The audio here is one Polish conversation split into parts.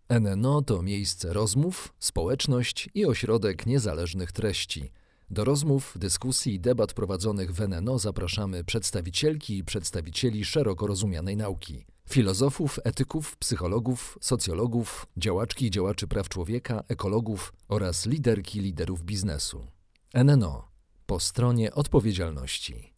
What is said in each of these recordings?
NNO to miejsce rozmów, społeczność i ośrodek niezależnych treści. Do rozmów, dyskusji i debat prowadzonych w NNO zapraszamy przedstawicielki i przedstawicieli szeroko rozumianej nauki. Filozofów, etyków, psychologów, socjologów, działaczki i działaczy praw człowieka, ekologów oraz liderki liderów biznesu. NNO. Po stronie odpowiedzialności.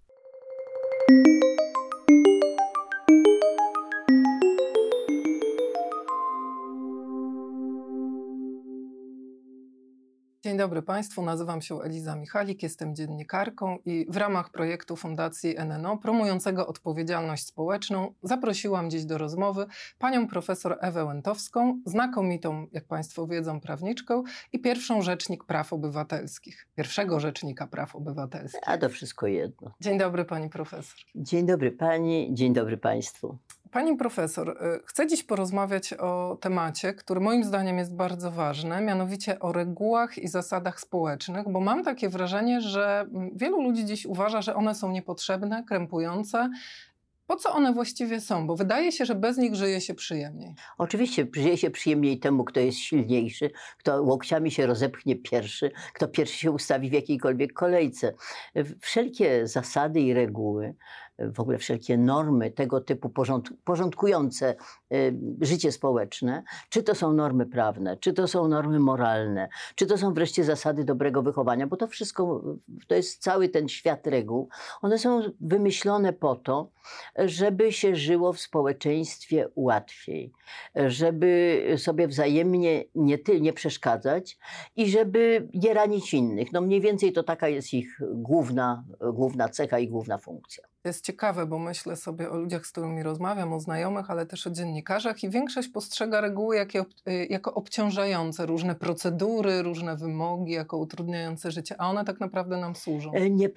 Dzień dobry Państwu, nazywam się Eliza Michalik, jestem dziennikarką i w ramach projektu Fundacji NNO promującego odpowiedzialność społeczną zaprosiłam dziś do rozmowy panią profesor Ewę Łętowską, znakomitą, jak Państwo wiedzą, prawniczkę i pierwszą rzecznik praw obywatelskich, pierwszego rzecznika praw obywatelskich. A to wszystko jedno. Dzień dobry pani profesor. Dzień dobry pani, dzień dobry państwu. Pani profesor, chcę dziś porozmawiać o temacie, który moim zdaniem jest bardzo ważny, mianowicie o regułach i zasadach społecznych, bo mam takie wrażenie, że wielu ludzi dziś uważa, że one są niepotrzebne, krępujące. Po co one właściwie są? Bo wydaje się, że bez nich żyje się przyjemniej. Oczywiście żyje się przyjemniej temu, kto jest silniejszy, kto łokciami się rozepchnie pierwszy, kto pierwszy się ustawi w jakiejkolwiek kolejce. Wszelkie zasady i reguły, w ogóle wszelkie normy tego typu porządkujące życie społeczne, czy to są normy prawne, czy to są normy moralne, czy to są wreszcie zasady dobrego wychowania, bo to wszystko, to jest cały ten świat reguł. One są wymyślone po to, żeby się żyło w społeczeństwie łatwiej, żeby sobie wzajemnie nie przeszkadzać i żeby nie ranić innych. No mniej więcej to taka jest ich główna cecha i główna funkcja. To jest ciekawe, bo myślę sobie o ludziach, z którymi rozmawiam, o znajomych, ale też o dziennikarzach i większość postrzega reguły jako obciążające, różne procedury, różne wymogi, jako utrudniające życie, a one tak naprawdę nam służą.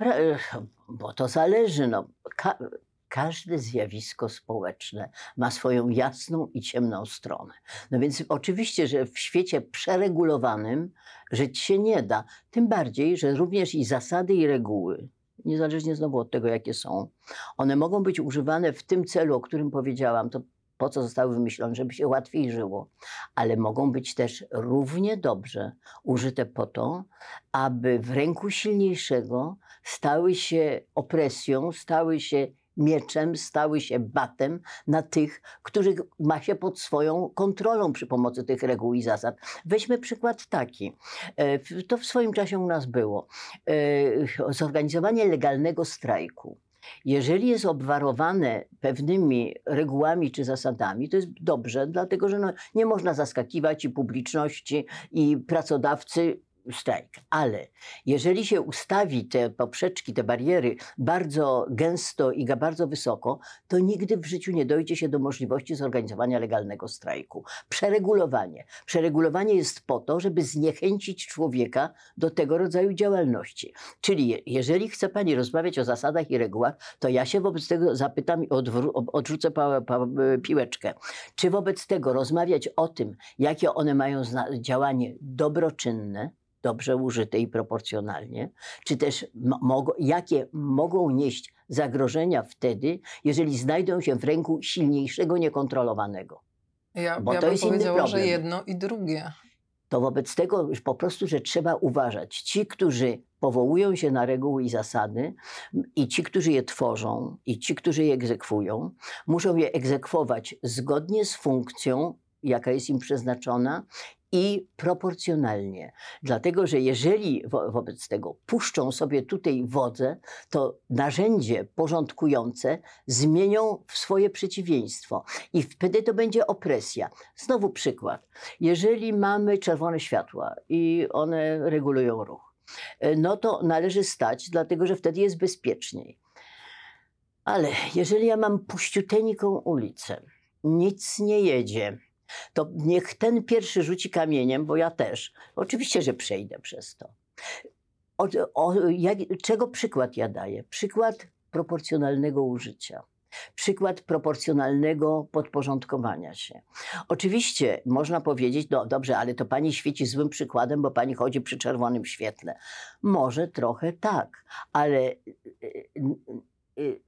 Bo to zależy. No. Każde zjawisko społeczne ma swoją jasną i ciemną stronę. No więc oczywiście, że w świecie przeregulowanym żyć się nie da. Tym bardziej, że również i zasady i reguły, niezależnie znowu od tego, jakie są, one mogą być używane w tym celu, o którym powiedziałam, to po co zostały wymyślone, żeby się łatwiej żyło, ale mogą być też równie dobrze użyte po to, aby w ręku silniejszego stały się opresją, stały się mieczem, stały się batem na tych, których ma się pod swoją kontrolą przy pomocy tych reguł i zasad. Weźmy przykład taki. To w swoim czasie u nas było. Zorganizowanie legalnego strajku. Jeżeli jest obwarowane pewnymi regułami czy zasadami, to jest dobrze, dlatego że nie można zaskakiwać i publiczności, i pracodawcy strajk. Ale jeżeli się ustawi te poprzeczki, te bariery bardzo gęsto i bardzo wysoko, to nigdy w życiu nie dojdzie się do możliwości zorganizowania legalnego strajku. Przeregulowanie. Przeregulowanie jest po to, żeby zniechęcić człowieka do tego rodzaju działalności. Czyli jeżeli chce pani rozmawiać o zasadach i regułach, to ja się wobec tego zapytam i odrzucę piłeczkę. Czy wobec tego rozmawiać o tym, jakie one mają działanie dobroczynne, dobrze użyte i proporcjonalnie, czy też jakie mogą nieść zagrożenia wtedy, jeżeli znajdą się w ręku silniejszego, niekontrolowanego. Ja to bym jest inny powiedziała, problem. że jedno i drugie. To wobec tego już po prostu, że trzeba uważać. Ci, którzy powołują się na reguły i zasady, i ci, którzy je tworzą, i ci, którzy je egzekwują, muszą je egzekwować zgodnie z funkcją, jaka jest im przeznaczona, i proporcjonalnie. Dlatego, że jeżeli wobec tego puszczą sobie tutaj wodze, to narzędzie porządkujące zmienią w swoje przeciwieństwo. I wtedy to będzie opresja. Znowu przykład. Jeżeli mamy czerwone światła i one regulują ruch, no to należy stać, dlatego że wtedy jest bezpieczniej. Ale jeżeli ja mam puściuteńką ulicę, nic nie jedzie, to niech ten pierwszy rzuci kamieniem, bo ja też. Oczywiście, że przejdę przez to. Czego przykład ja daję? Przykład proporcjonalnego użycia. Przykład proporcjonalnego podporządkowania się. Oczywiście można powiedzieć, no dobrze, ale to pani świeci złym przykładem, bo pani chodzi przy czerwonym świetle. Może trochę tak, ale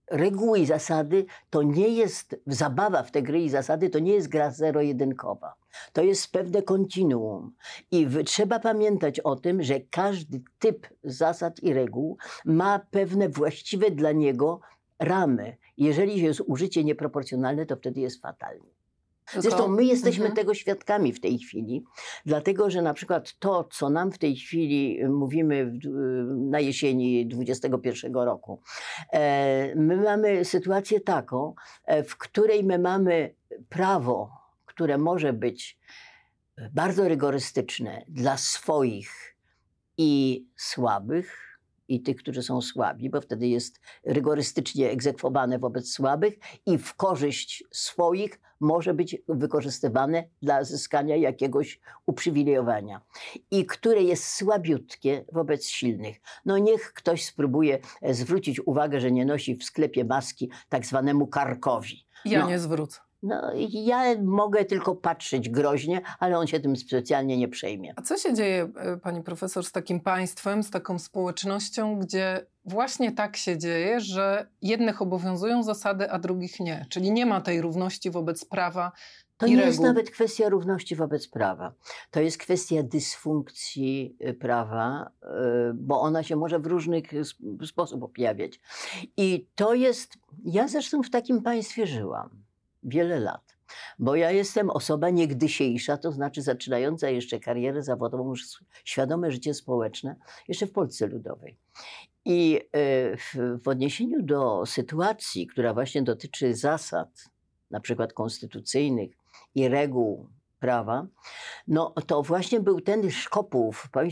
reguły i zasady to nie jest, zabawa w te gry i zasady to nie jest gra zero-jedynkowa. To jest pewne kontinuum. I trzeba pamiętać o tym, że każdy typ zasad i reguł ma pewne właściwe dla niego ramy. Jeżeli jest użycie nieproporcjonalne, to wtedy jest fatalnie. Zresztą my jesteśmy tego świadkami w tej chwili, dlatego że na przykład to, co nam w tej chwili mówimy na jesieni 2021 roku, my mamy sytuację taką, w której my mamy prawo, które może być bardzo rygorystyczne dla swoich i słabych, i tych, którzy są słabi, bo wtedy jest rygorystycznie egzekwowane wobec słabych i w korzyść swoich może być wykorzystywane dla zyskania jakiegoś uprzywilejowania. I które jest słabiutkie wobec silnych. No niech ktoś spróbuje zwrócić uwagę, że nie nosi w sklepie maski tak zwanemu karkowi. Ja nie zwrócę. No, ja mogę tylko patrzeć groźnie, ale on się tym specjalnie nie przejmie. A co się dzieje, pani profesor, z takim państwem, z taką społecznością, gdzie właśnie tak się dzieje, że jednych obowiązują zasady, a drugich nie? Czyli nie ma tej równości wobec prawa To i nie reguł. jest nawet kwestia równości wobec prawa. To jest kwestia dysfunkcji prawa, bo ona się może w różnych sposób objawiać. I to jest... Ja zresztą w takim państwie żyłam wiele lat. Bo ja jestem osoba niegdysiejsza, to znaczy zaczynająca jeszcze karierę zawodową, już świadome życie społeczne, jeszcze w Polsce Ludowej. I w odniesieniu do sytuacji, która właśnie dotyczy zasad, na przykład konstytucyjnych i reguł prawa, no to właśnie był ten szkopuł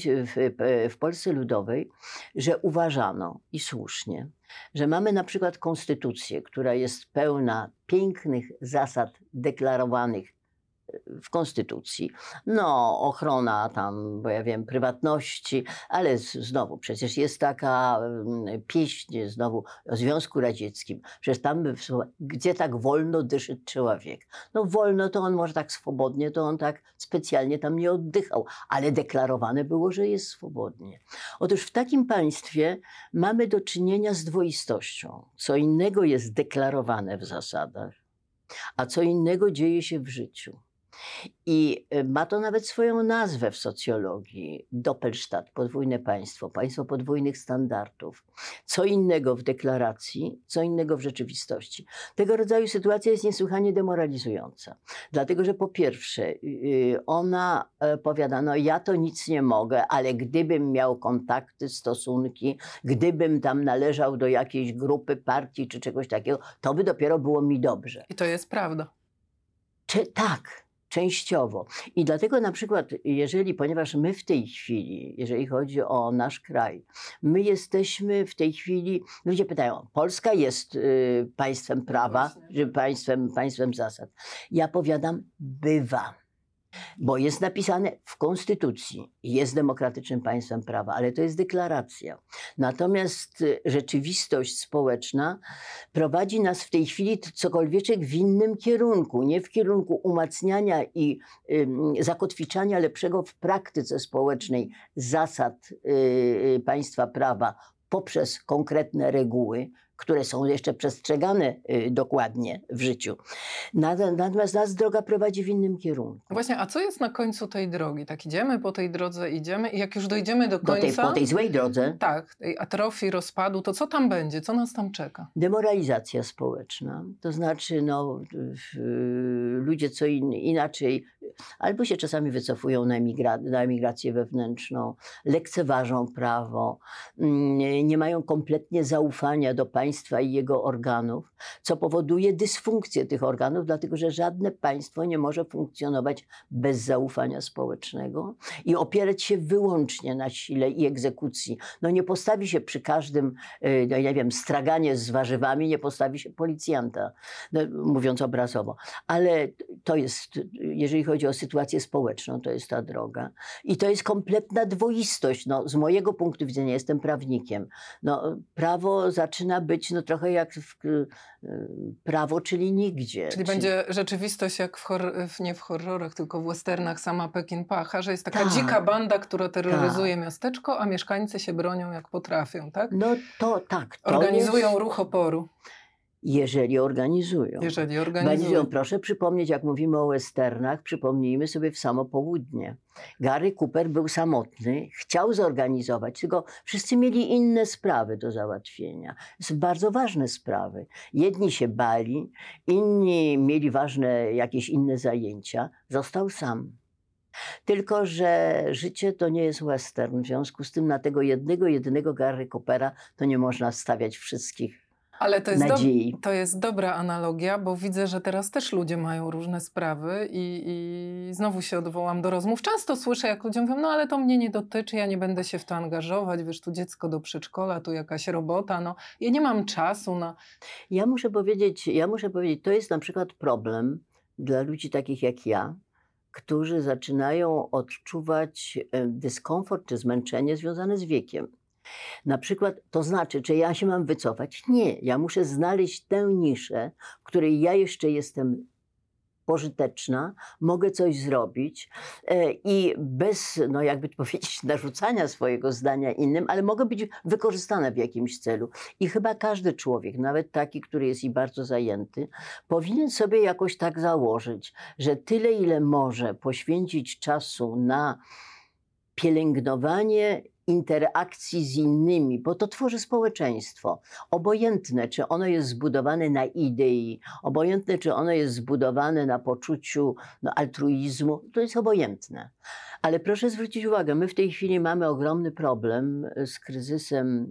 w Polsce Ludowej, że uważano i słusznie, że mamy na przykład konstytucję, która jest pełna pięknych zasad deklarowanych w konstytucji. No, ochrona tam, bo ja wiem, prywatności, ale znowu przecież jest taka pieśń znowu o Związku Radzieckim. Przecież tam, gdzie tak wolno dyszy człowiek. No wolno to on może tak swobodnie, to on tak specjalnie tam nie oddychał, ale deklarowane było, że jest swobodnie. Otóż w takim państwie mamy do czynienia z dwoistością. Co innego jest deklarowane w zasadach, a co innego dzieje się w życiu. I ma to nawet swoją nazwę w socjologii. Doppelstaat, podwójne państwo, państwo podwójnych standardów. Co innego w deklaracji, co innego w rzeczywistości. Tego rodzaju sytuacja jest niesłychanie demoralizująca. Dlatego, że po pierwsze ona powiada, no ja to nic nie mogę, ale gdybym miał kontakty, stosunki, gdybym tam należał do jakiejś grupy, partii czy czegoś takiego, to by dopiero było mi dobrze. I to jest prawda. Tak. Częściowo. I dlatego na przykład, ponieważ my w tej chwili, jeżeli chodzi o nasz kraj, my jesteśmy w tej chwili, ludzie pytają, Polska jest państwem prawa, czy państwem zasad. Ja powiadam, bywa. Bo jest napisane w Konstytucji, jest demokratycznym państwem prawa, ale to jest deklaracja. Natomiast rzeczywistość społeczna prowadzi nas w tej chwili cokolwiek w innym kierunku. Nie w kierunku umacniania i zakotwiczania lepszego w praktyce społecznej zasad państwa prawa poprzez konkretne reguły, które są jeszcze przestrzegane dokładnie w życiu. Natomiast nas droga prowadzi w innym kierunku. Właśnie, a co jest na końcu tej drogi? Tak idziemy po tej drodze, idziemy i jak już dojdziemy do końca... Po tej złej drodze? Tak, tej atrofii, rozpadu, to co tam będzie? Co nas tam czeka? Demoralizacja społeczna. To znaczy, ludzie co inaczej albo się czasami wycofują na emigrację wewnętrzną, lekceważą prawo, nie mają kompletnie zaufania do państwa i jego organów, co powoduje dysfunkcję tych organów, dlatego że żadne państwo nie może funkcjonować bez zaufania społecznego i opierać się wyłącznie na sile i egzekucji. No nie postawi się przy każdym, nie wiem, straganie z warzywami, nie postawi się policjanta, mówiąc obrazowo. Ale to jest, jeżeli chodzi o sytuację społeczną, to jest ta droga. I to jest kompletna dwoistość. No, z mojego punktu widzenia, jestem prawnikiem. No, prawo zaczyna być trochę jak prawo, czyli nigdzie. Czyli będzie rzeczywistość jak nie w horrorach, tylko w westernach sama Pekin-Pacha, że jest taka dzika banda, która terroryzuje miasteczko, a mieszkańcy się bronią jak potrafią, tak? No to tak. Organizują ruch oporu. Jeżeli organizują. Jeżeli organizują. Bardzo proszę przypomnieć, jak mówimy o westernach, przypomnijmy sobie w samo południe. Gary Cooper był samotny, chciał zorganizować, tylko wszyscy mieli inne sprawy do załatwienia. To są bardzo ważne sprawy. Jedni się bali, inni mieli ważne jakieś inne zajęcia. Został sam. Tylko że życie to nie jest western. W związku z tym na tego jedynego Gary Coopera to nie można stawiać wszystkich. Ale to jest dobra analogia, bo widzę, że teraz też ludzie mają różne sprawy i znowu się odwołam do rozmów. Często słyszę, jak ludzie mówią, no ale to mnie nie dotyczy, ja nie będę się w to angażować, wiesz, tu dziecko do przedszkola, tu jakaś robota, no ja nie mam czasu na... Ja muszę powiedzieć, to jest na przykład problem dla ludzi takich jak ja, którzy zaczynają odczuwać dyskomfort czy zmęczenie związane z wiekiem. Na przykład, to znaczy, czy ja się mam wycofać? Nie, ja muszę znaleźć tę niszę, w której ja jeszcze jestem pożyteczna, mogę coś zrobić i bez, no jakby powiedzieć, narzucania swojego zdania innym, ale mogę być wykorzystana w jakimś celu. I chyba każdy człowiek, nawet taki, który jest i bardzo zajęty, powinien sobie jakoś tak założyć, że tyle, ile może poświęcić czasu na pielęgnowanie interakcji z innymi, bo to tworzy społeczeństwo. Obojętne, czy ono jest zbudowane na idei, obojętne, czy ono jest zbudowane na poczuciu altruizmu, to jest obojętne. Ale proszę zwrócić uwagę, my w tej chwili mamy ogromny problem z kryzysem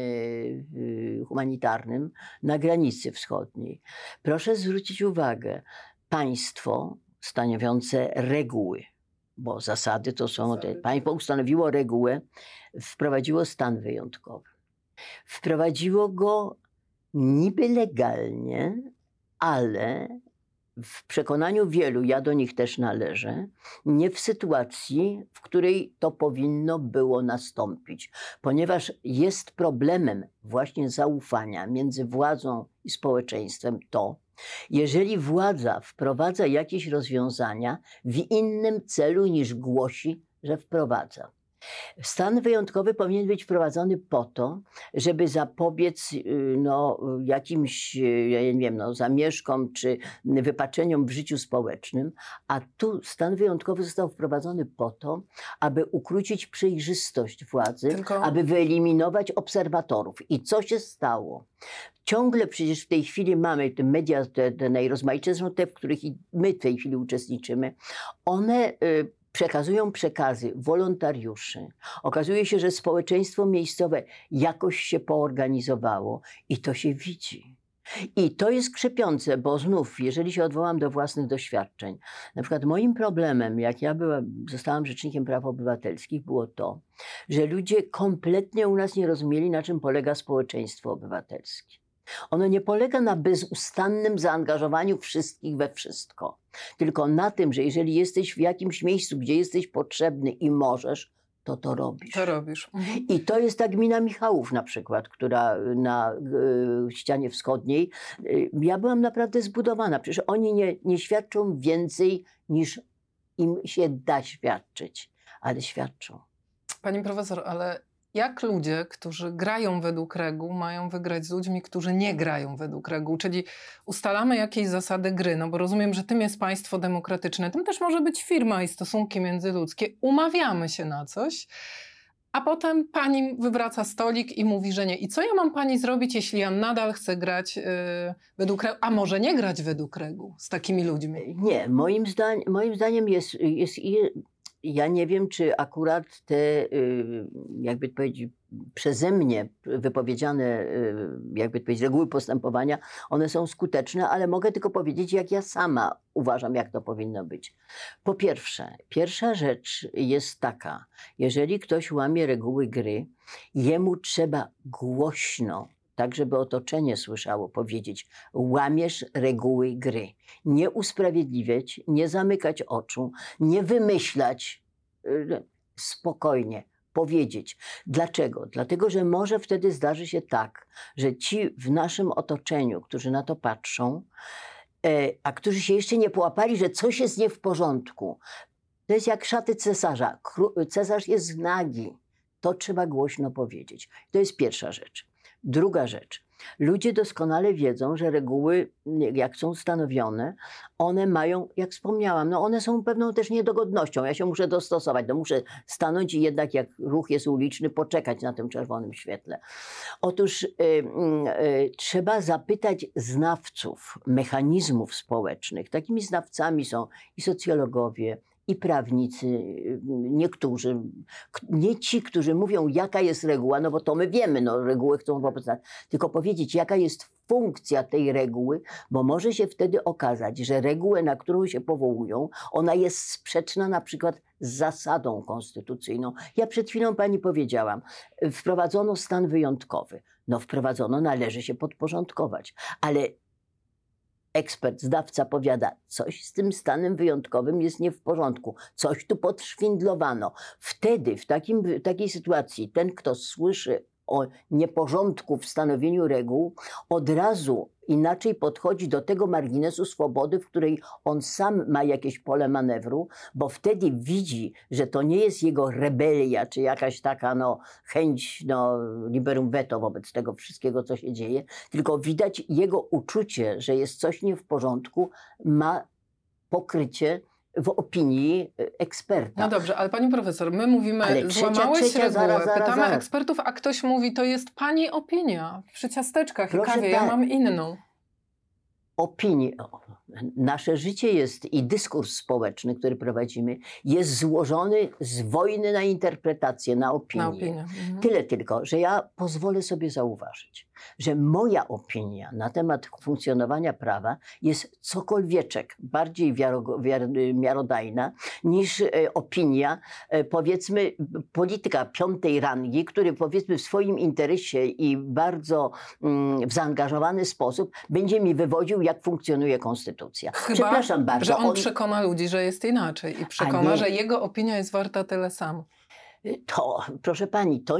humanitarnym na granicy wschodniej. Proszę zwrócić uwagę, państwo stanowiące reguły, bo zasady to są, państwo ustanowiło regułę, wprowadziło stan wyjątkowy. Wprowadziło go niby legalnie, ale w przekonaniu wielu, ja do nich też należę, nie w sytuacji, w której to powinno było nastąpić. Ponieważ jest problemem właśnie zaufania między władzą i społeczeństwem to, jeżeli władza wprowadza jakieś rozwiązania w innym celu niż głosi, że wprowadza. Stan wyjątkowy powinien być wprowadzony po to, żeby zapobiec jakimś, ja nie wiem, zamieszkom czy wypaczeniom w życiu społecznym, a tu stan wyjątkowy został wprowadzony po to, aby ukrócić przejrzystość władzy, aby wyeliminować obserwatorów. I co się stało? Ciągle przecież w tej chwili mamy te media, te najrozmaitsze, zresztą te, w których i my w tej chwili uczestniczymy, one przekazują przekazy wolontariuszy. Okazuje się, że społeczeństwo miejscowe jakoś się poorganizowało i to się widzi. I to jest krzepiące, bo znów, jeżeli się odwołam do własnych doświadczeń, na przykład moim problemem, jak ja zostałam rzecznikiem praw obywatelskich, było to, że ludzie kompletnie u nas nie rozumieli, na czym polega społeczeństwo obywatelskie. Ono nie polega na bezustannym zaangażowaniu wszystkich we wszystko, tylko na tym, że jeżeli jesteś w jakimś miejscu, gdzie jesteś potrzebny i możesz, to robisz. To robisz. I to jest ta gmina Michałów na przykład, która na ścianie wschodniej, ja byłam naprawdę zbudowana. Przecież oni nie świadczą więcej niż im się da świadczyć, ale świadczą. Pani profesor, ale jak ludzie, którzy grają według reguł, mają wygrać z ludźmi, którzy nie grają według reguł? Czyli ustalamy jakieś zasady gry, no bo rozumiem, że tym jest państwo demokratyczne, tym też może być firma i stosunki międzyludzkie. Umawiamy się na coś, a potem pani wywraca stolik i mówi, że nie. I co ja mam pani zrobić, jeśli ja nadal chcę grać według reguł, a może nie grać według reguł z takimi ludźmi? Nie, moim zdaniem jest ja nie wiem, czy akurat te, jakby powiedzieć, przeze mnie wypowiedziane, jakby powiedzieć, reguły postępowania, one są skuteczne, ale mogę tylko powiedzieć, jak ja sama uważam, jak to powinno być. Po pierwsze, pierwsza rzecz jest taka, jeżeli ktoś łamie reguły gry, jemu trzeba głośno, tak żeby otoczenie słyszało, powiedzieć: łamiesz reguły gry. Nie usprawiedliwiać, nie zamykać oczu, nie wymyślać, spokojnie powiedzieć. Dlaczego? Dlatego, że może wtedy zdarzy się tak, że ci w naszym otoczeniu, którzy na to patrzą, a którzy się jeszcze nie połapali, że coś jest nie w porządku, to jest jak szaty cesarza. Cesarz jest nagi. To trzeba głośno powiedzieć. To jest pierwsza rzecz. Druga rzecz. Ludzie doskonale wiedzą, że reguły, jak są stanowione, one mają, jak wspomniałam, no one są pewną też niedogodnością. Ja się muszę dostosować, no muszę stanąć i jednak jak ruch jest uliczny, poczekać na tym czerwonym świetle. Otóż trzeba zapytać znawców mechanizmów społecznych. Takimi znawcami są i socjologowie, i prawnicy, niektórzy, nie ci, którzy mówią, jaka jest reguła, no bo to my wiemy, no reguły chcą wobec nas, tylko powiedzieć, jaka jest funkcja tej reguły, bo może się wtedy okazać, że regułę, na którą się powołują, ona jest sprzeczna na przykład z zasadą konstytucyjną. Ja przed chwilą pani powiedziałam, wprowadzono stan wyjątkowy. No wprowadzono, należy się podporządkować, ale ekspert, zdawca powiada, coś z tym stanem wyjątkowym jest nie w porządku, coś tu podszwindlowano. Wtedy, w takiej sytuacji, ten, kto słyszy o nieporządku w stanowieniu reguł, od razu inaczej podchodzi do tego marginesu swobody, w której on sam ma jakieś pole manewru, bo wtedy widzi, że to nie jest jego rebelia, czy jakaś taka chęć liberum veto wobec tego wszystkiego, co się dzieje, tylko widać jego uczucie, że jest coś nie w porządku, ma pokrycie w opinii eksperta. No dobrze, ale pani profesor, my mówimy, złamałeś regułę, pytamy ekspertów, a ktoś mówi, to jest pani opinia. Przy ciasteczkach i kawie ja mam inną. Opinii. Nasze życie jest i dyskurs społeczny, który prowadzimy, jest złożony z wojny na interpretację, na opinię. Tyle tylko, że ja pozwolę sobie zauważyć, że moja opinia na temat funkcjonowania prawa jest cokolwieczek bardziej miarodajna niż opinia, powiedzmy, polityka piątej rangi, który powiedzmy w swoim interesie i bardzo w zaangażowany sposób będzie mi wywodził, jak funkcjonuje konstytucja. Chyba, przepraszam bardzo. Że on przekona ludzi, że jest inaczej i przekona, że jego opinia jest warta tyle samo. To, proszę pani, to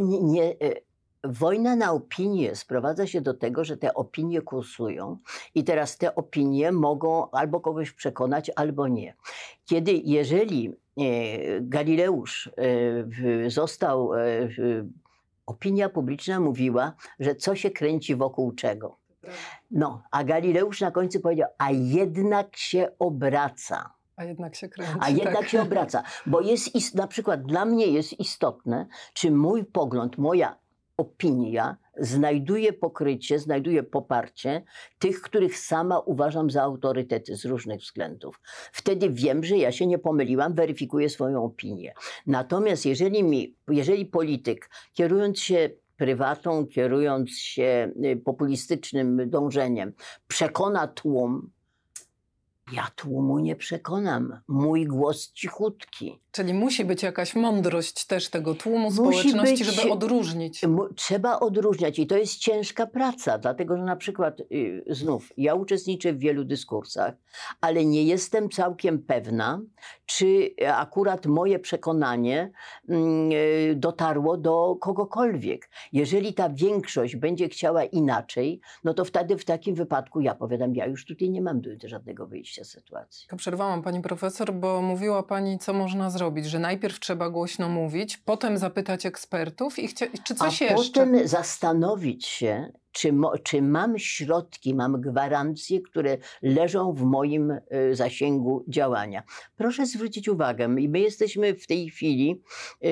wojna na opinie sprowadza się do tego, że te opinie kursują i teraz te opinie mogą albo kogoś przekonać, albo nie. Jeżeli Galileusz został, opinia publiczna mówiła, że co się kręci wokół czego. No, a Galileusz na końcu powiedział, a jednak się obraca. A jednak się kręci. A jednak się obraca, bo na przykład dla mnie jest istotne, czy mój pogląd, moja opinia znajduje pokrycie, znajduje poparcie tych, których sama uważam za autorytety z różnych względów. Wtedy wiem, że ja się nie pomyliłam, weryfikuję swoją opinię. Natomiast jeżeli polityk, kierując się prywatą, kierując się populistycznym dążeniem, przekona tłum, ja tłumu nie przekonam. Mój głos cichutki. Czyli musi być jakaś mądrość też tego tłumu społeczności, żeby odróżnić. Trzeba odróżniać i to jest ciężka praca, dlatego że na przykład znów ja uczestniczę w wielu dyskursach, ale nie jestem całkiem pewna, czy akurat moje przekonanie dotarło do kogokolwiek. Jeżeli ta większość będzie chciała inaczej, no to wtedy w takim wypadku ja powiadam, ja już tutaj nie mam żadnego wyjścia z sytuacji. Przerwałam pani profesor, bo mówiła pani, co można zrobić, że najpierw trzeba głośno mówić, potem zapytać ekspertów i czy coś jeszcze. A potem zastanowić się, czy mam środki, mam gwarancje, które leżą w moim zasięgu działania. Proszę zwrócić uwagę, my jesteśmy w tej chwili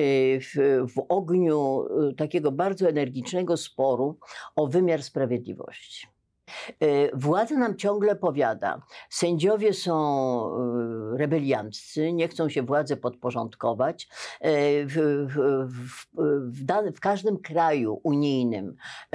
w ogniu takiego bardzo energicznego sporu o wymiar sprawiedliwości. Władza nam ciągle powiada, sędziowie są rebelianccy, nie chcą się władzy podporządkować. W każdym kraju unijnym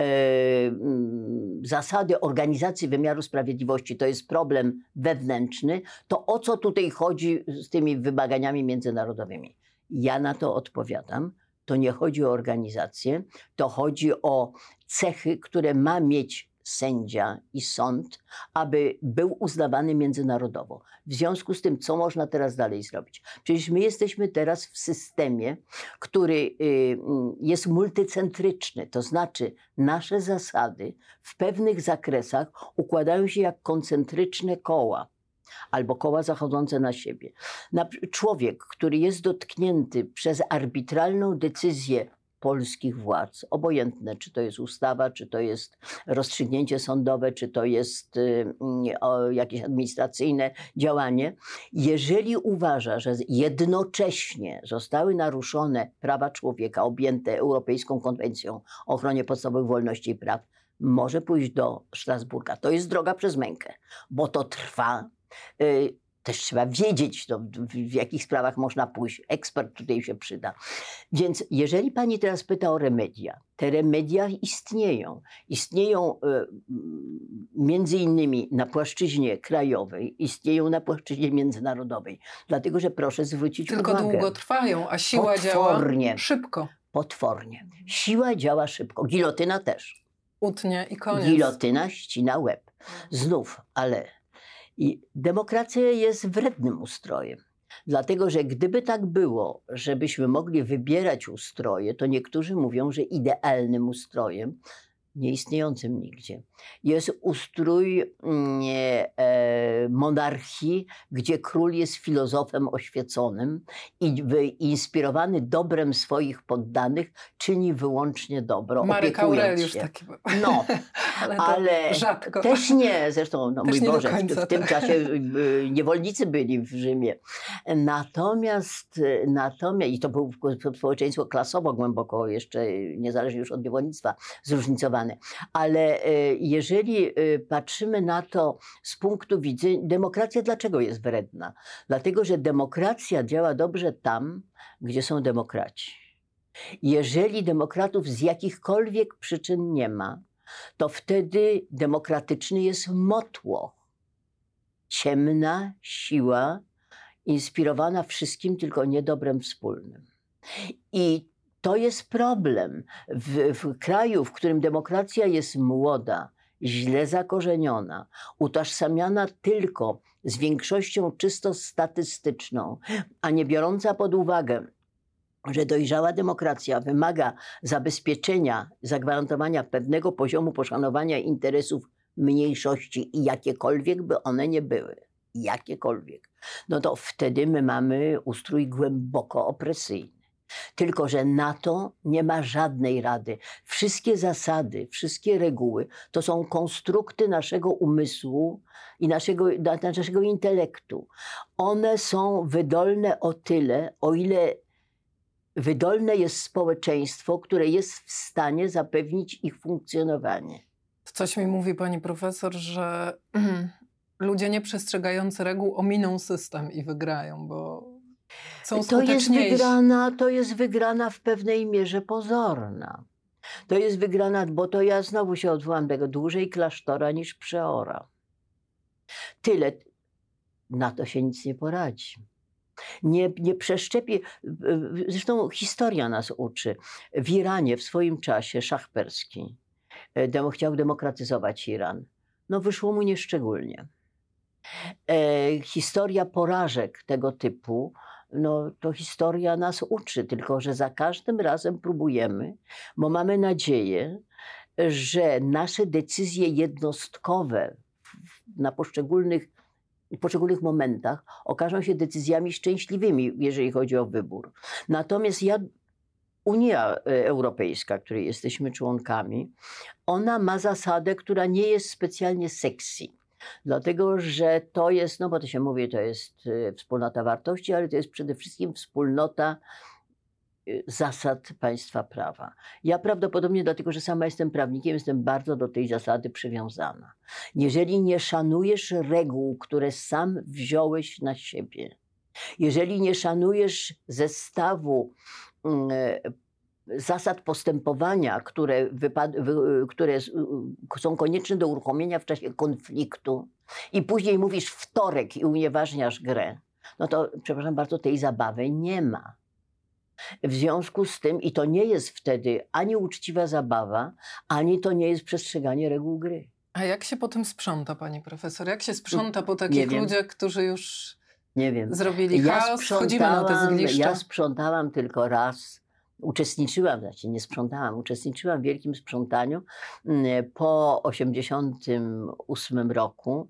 zasady organizacji wymiaru sprawiedliwości to jest problem wewnętrzny. To o co tutaj chodzi z tymi wymaganiami międzynarodowymi? Ja na to odpowiadam. To nie chodzi o organizację, to chodzi o cechy, które ma mieć sędzia i sąd, aby był uznawany międzynarodowo. W związku z tym, co można teraz dalej zrobić? Przecież my jesteśmy teraz w systemie, który jest multicentryczny, to znaczy nasze zasady w pewnych zakresach układają się jak koncentryczne koła albo koła zachodzące na siebie. Człowiek, który jest dotknięty przez arbitralną decyzję polskich władz, obojętne, czy to jest ustawa, czy to jest rozstrzygnięcie sądowe, czy to jest jakieś administracyjne działanie, jeżeli uważa, że jednocześnie zostały naruszone prawa człowieka objęte Europejską Konwencją o ochronie podstawowych wolności i praw, może pójść do Strasburga. To jest droga przez mękę, bo to trwa. Też trzeba wiedzieć, w jakich sprawach można pójść. Ekspert tutaj się przyda. Więc jeżeli pani teraz pyta o remedia, te remedia istnieją. Istnieją między innymi na płaszczyźnie krajowej, istnieją na płaszczyźnie międzynarodowej. Dlatego, że proszę zwrócić uwagę. Tylko długo trwają, a siła działa szybko. Potwornie. Siła działa szybko. Gilotyna też. Utnie i koniec. Gilotyna ścina łeb. Znów, ale demokracja jest wrednym ustrojem. Dlatego, że gdyby tak było, żebyśmy mogli wybierać ustroje, to niektórzy mówią, że idealnym ustrojem, nieistniejącym nigdzie, jest ustrój monarchii, gdzie król jest filozofem oświeconym i inspirowany dobrem swoich poddanych czyni wyłącznie dobro, Marek Aureliusz taki był. No, ale rzadko. Też nie, zresztą, no też mój Boże, w tym czasie niewolnicy byli w Rzymie. Natomiast i to było społeczeństwo klasowo głęboko jeszcze, niezależnie już od niewolnictwa, zróżnicowane. Ale jeżeli patrzymy na to z punktu widzenia, demokracja dlaczego jest wredna? Dlatego, że demokracja działa dobrze tam, gdzie są demokraci. Jeżeli demokratów z jakichkolwiek przyczyn nie ma, to wtedy demokratyczny jest motłoch. Ciemna siła inspirowana wszystkim, tylko nie dobrem wspólnym. I to jest problem. W kraju, w którym demokracja jest młoda, źle zakorzeniona, utożsamiana tylko z większością czysto statystyczną, a nie biorąca pod uwagę, że dojrzała demokracja wymaga zabezpieczenia, zagwarantowania pewnego poziomu poszanowania interesów mniejszości i jakiekolwiek by one nie były, jakiekolwiek, no to wtedy my mamy ustrój głęboko opresyjny. Tylko że na to nie ma żadnej rady. Wszystkie zasady, wszystkie reguły to są konstrukty naszego umysłu i naszego intelektu. One są wydolne o tyle, o ile wydolne jest społeczeństwo, które jest w stanie zapewnić ich funkcjonowanie. Coś mi mówi pani profesor, że ludzie nieprzestrzegający reguł ominą system i wygrają, bo są skuteczniejsi. To jest wygrana w pewnej mierze pozorna. To jest wygrana, bo to ja znowu się odwołam tego, dłużej klasztora niż przeora. Tyle, na to się nic nie poradzi. Nie przeszczepi. Zresztą historia nas uczy. W Iranie w swoim czasie szach perski chciał demokratyzować Iran. No wyszło mu nieszczególnie. Historia porażek tego typu, no to historia nas uczy, tylko że za każdym razem próbujemy, bo mamy nadzieję, że nasze decyzje jednostkowe na poszczególnych momentach okażą się decyzjami szczęśliwymi, jeżeli chodzi o wybór. Natomiast Unia Europejska, której jesteśmy członkami, ona ma zasadę, która nie jest specjalnie sexy. Dlatego, że to jest, no bo to się mówi, to jest wspólnota wartości, ale to jest przede wszystkim wspólnota zasad państwa prawa. Ja prawdopodobnie dlatego, że sama jestem prawnikiem, jestem bardzo do tej zasady przywiązana. Jeżeli nie szanujesz reguł, które sam wziąłeś na siebie, jeżeli nie szanujesz zestawu zasad postępowania, które są konieczne do uruchomienia w czasie konfliktu i później mówisz wtorek i unieważniasz grę, no to, przepraszam bardzo, tej zabawy nie ma. W związku z tym, i to nie jest wtedy ani uczciwa zabawa, ani to nie jest przestrzeganie reguł gry. A jak się potem sprząta, pani profesor? Jak się sprząta po takich ludziach, którzy już zrobili chaos? Wchodzimy na te zgliszcza. Ja sprzątałam tylko raz. Uczestniczyłam w wielkim sprzątaniu po 1988 roku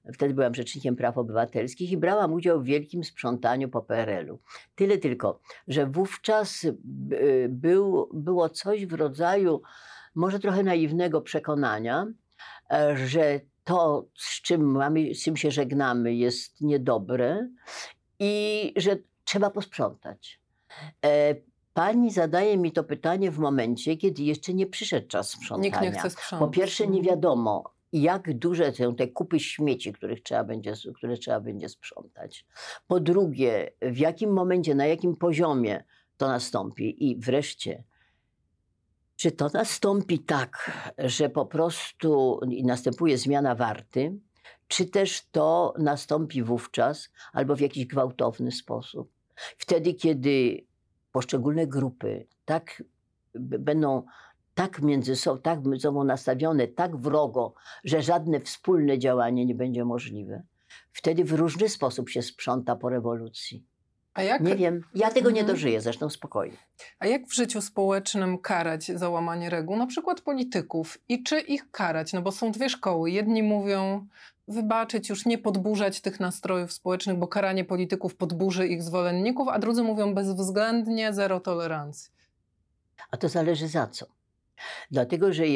Wtedy byłam rzecznikiem praw obywatelskich i brałam udział w wielkim sprzątaniu po PRL-u. Tyle tylko, że wówczas było coś w rodzaju może trochę naiwnego przekonania, że to, z czym się żegnamy, jest niedobre i że trzeba posprzątać. Pani zadaje mi to pytanie w momencie, kiedy jeszcze nie przyszedł czas sprzątania. Nikt nie chce sprzątać. Po pierwsze, nie wiadomo, jak duże są te kupy śmieci, które trzeba będzie sprzątać. Po drugie, w jakim momencie, na jakim poziomie to nastąpi. I wreszcie, czy to nastąpi tak, że po prostu następuje zmiana warty, czy też to nastąpi wówczas albo w jakiś gwałtowny sposób. Wtedy, kiedy poszczególne grupy będą tak między sobą nastawione, tak wrogo, że żadne wspólne działanie nie będzie możliwe. Wtedy w różny sposób się sprząta po rewolucji. A jak... Nie wiem, ja tego nie dożyję, zresztą spokojnie. A jak w życiu społecznym karać za łamanie reguł, na przykład polityków? I czy ich karać? No bo są dwie szkoły. Jedni mówią wybaczyć, już nie podburzać tych nastrojów społecznych, bo karanie polityków podburzy ich zwolenników, a drudzy mówią bezwzględnie zero tolerancji. A to zależy za co. Dlatego, że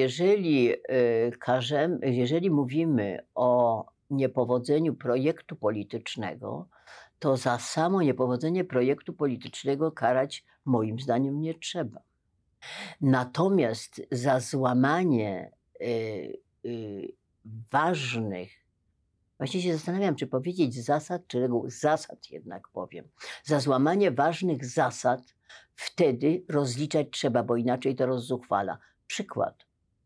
jeżeli mówimy o niepowodzeniu projektu politycznego, to za samo niepowodzenie projektu politycznego karać moim zdaniem nie trzeba. Natomiast za złamanie ważnych, właśnie się zastanawiam, czy powiedzieć zasad, czy reguł, zasad jednak powiem. Za złamanie ważnych zasad wtedy rozliczać trzeba, bo inaczej to rozzuchwala. Przykład.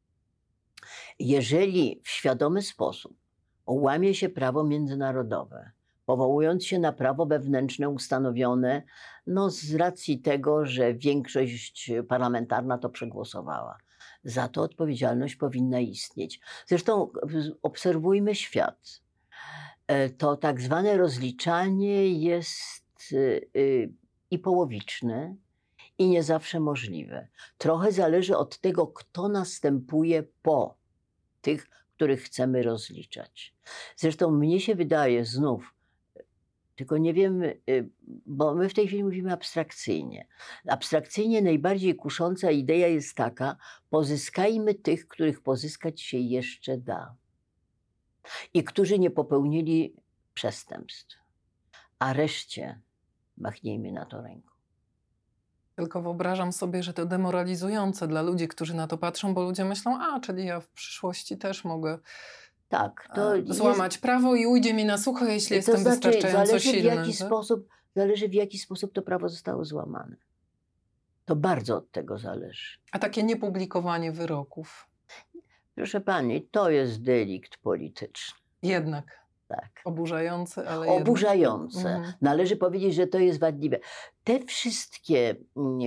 Jeżeli w świadomy sposób łamie się prawo międzynarodowe, powołując się na prawo wewnętrzne ustanowione, z racji tego, że większość parlamentarna to przegłosowała. Za to odpowiedzialność powinna istnieć. Zresztą obserwujmy świat. To tak zwane rozliczanie jest i połowiczne, i nie zawsze możliwe. Trochę zależy od tego, kto następuje po tych, których chcemy rozliczać. Zresztą mnie się wydaje znów, tylko nie wiem, bo my w tej chwili mówimy abstrakcyjnie. Abstrakcyjnie najbardziej kusząca idea jest taka: pozyskajmy tych, których pozyskać się jeszcze da i którzy nie popełnili przestępstw, a reszcie machnijmy na to ręką. Tylko wyobrażam sobie, że to demoralizujące dla ludzi, którzy na to patrzą, bo ludzie myślą, czyli ja w przyszłości też mogę złamać prawo i ujdzie mi na sucho, jeśli jestem wystarczająco silny. Zależy w jaki sposób to prawo zostało złamane. To bardzo od tego zależy. A takie niepublikowanie wyroków? Proszę pani, to jest delikt polityczny. Jednak. Tak. Oburzające, ale oburzające. jednak. Należy powiedzieć, że to jest wadliwe. Te wszystkie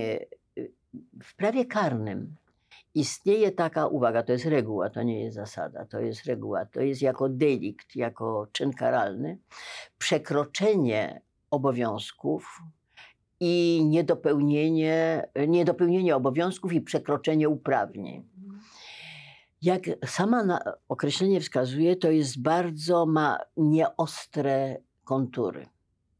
w prawie karnym istnieje taka uwaga, to jest reguła, to nie jest zasada, to jest reguła, to jest jako delikt, jako czyn karalny, przekroczenie obowiązków i niedopełnienie obowiązków i przekroczenie uprawnień. Jak sama określenie wskazuje, to jest ma nieostre kontury.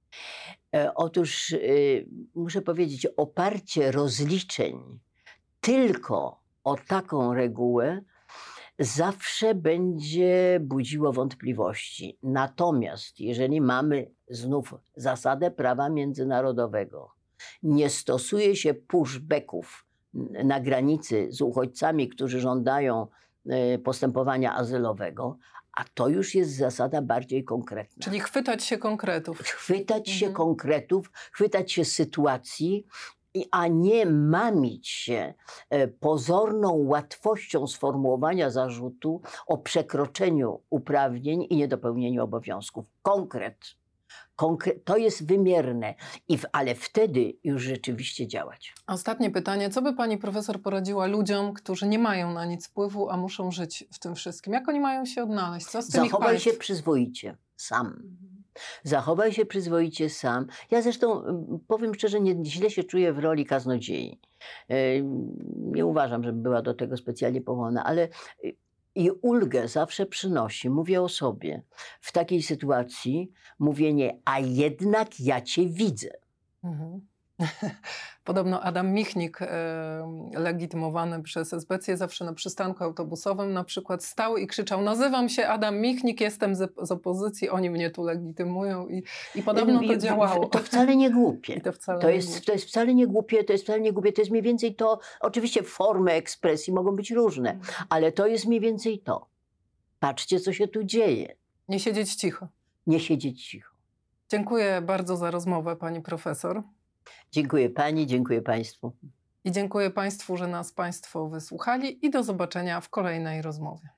Otóż muszę powiedzieć, oparcie rozliczeń tylko o taką regułę zawsze będzie budziło wątpliwości. Natomiast jeżeli mamy znów zasadę prawa międzynarodowego, nie stosuje się pushbacków na granicy z uchodźcami, którzy żądają postępowania azylowego, a to już jest zasada bardziej konkretna. Czyli chwytać się konkretów. Chwytać się konkretów, chwytać się sytuacji, a nie mamić się pozorną łatwością sformułowania zarzutu o przekroczeniu uprawnień i niedopełnieniu obowiązków. Konkret. To jest wymierne, ale wtedy już rzeczywiście działać. Ostatnie pytanie. Co by pani profesor poradziła ludziom, którzy nie mają na nic wpływu, a muszą żyć w tym wszystkim? Jak oni mają się odnaleźć? Co z tym Zachowaj się przyzwoicie, sam. Zachowaj się przyzwoicie sam. Ja zresztą, powiem szczerze, źle się czuję w roli kaznodziei. Nie uważam, żeby była do tego specjalnie powołana, ale I ulgę zawsze przynosi, mówię o sobie, w takiej sytuacji mówienie, a jednak ja cię widzę. Mhm. Podobno Adam Michnik, legitymowany przez SBC, zawsze na przystanku autobusowym na przykład stał i krzyczał: nazywam się Adam Michnik, jestem z opozycji, oni mnie tu legitymują i podobno to działało. To wcale nie głupie. To jest wcale nie głupie, to jest wcale nie głupie, to jest mniej więcej to, oczywiście formy ekspresji mogą być różne, ale to jest mniej więcej to. Patrzcie, co się tu dzieje. Nie siedzieć cicho. Nie siedzieć cicho. Dziękuję bardzo za rozmowę, pani profesor. Dziękuję pani, dziękuję państwu. I dziękuję państwu, że nas państwo wysłuchali i do zobaczenia w kolejnej rozmowie.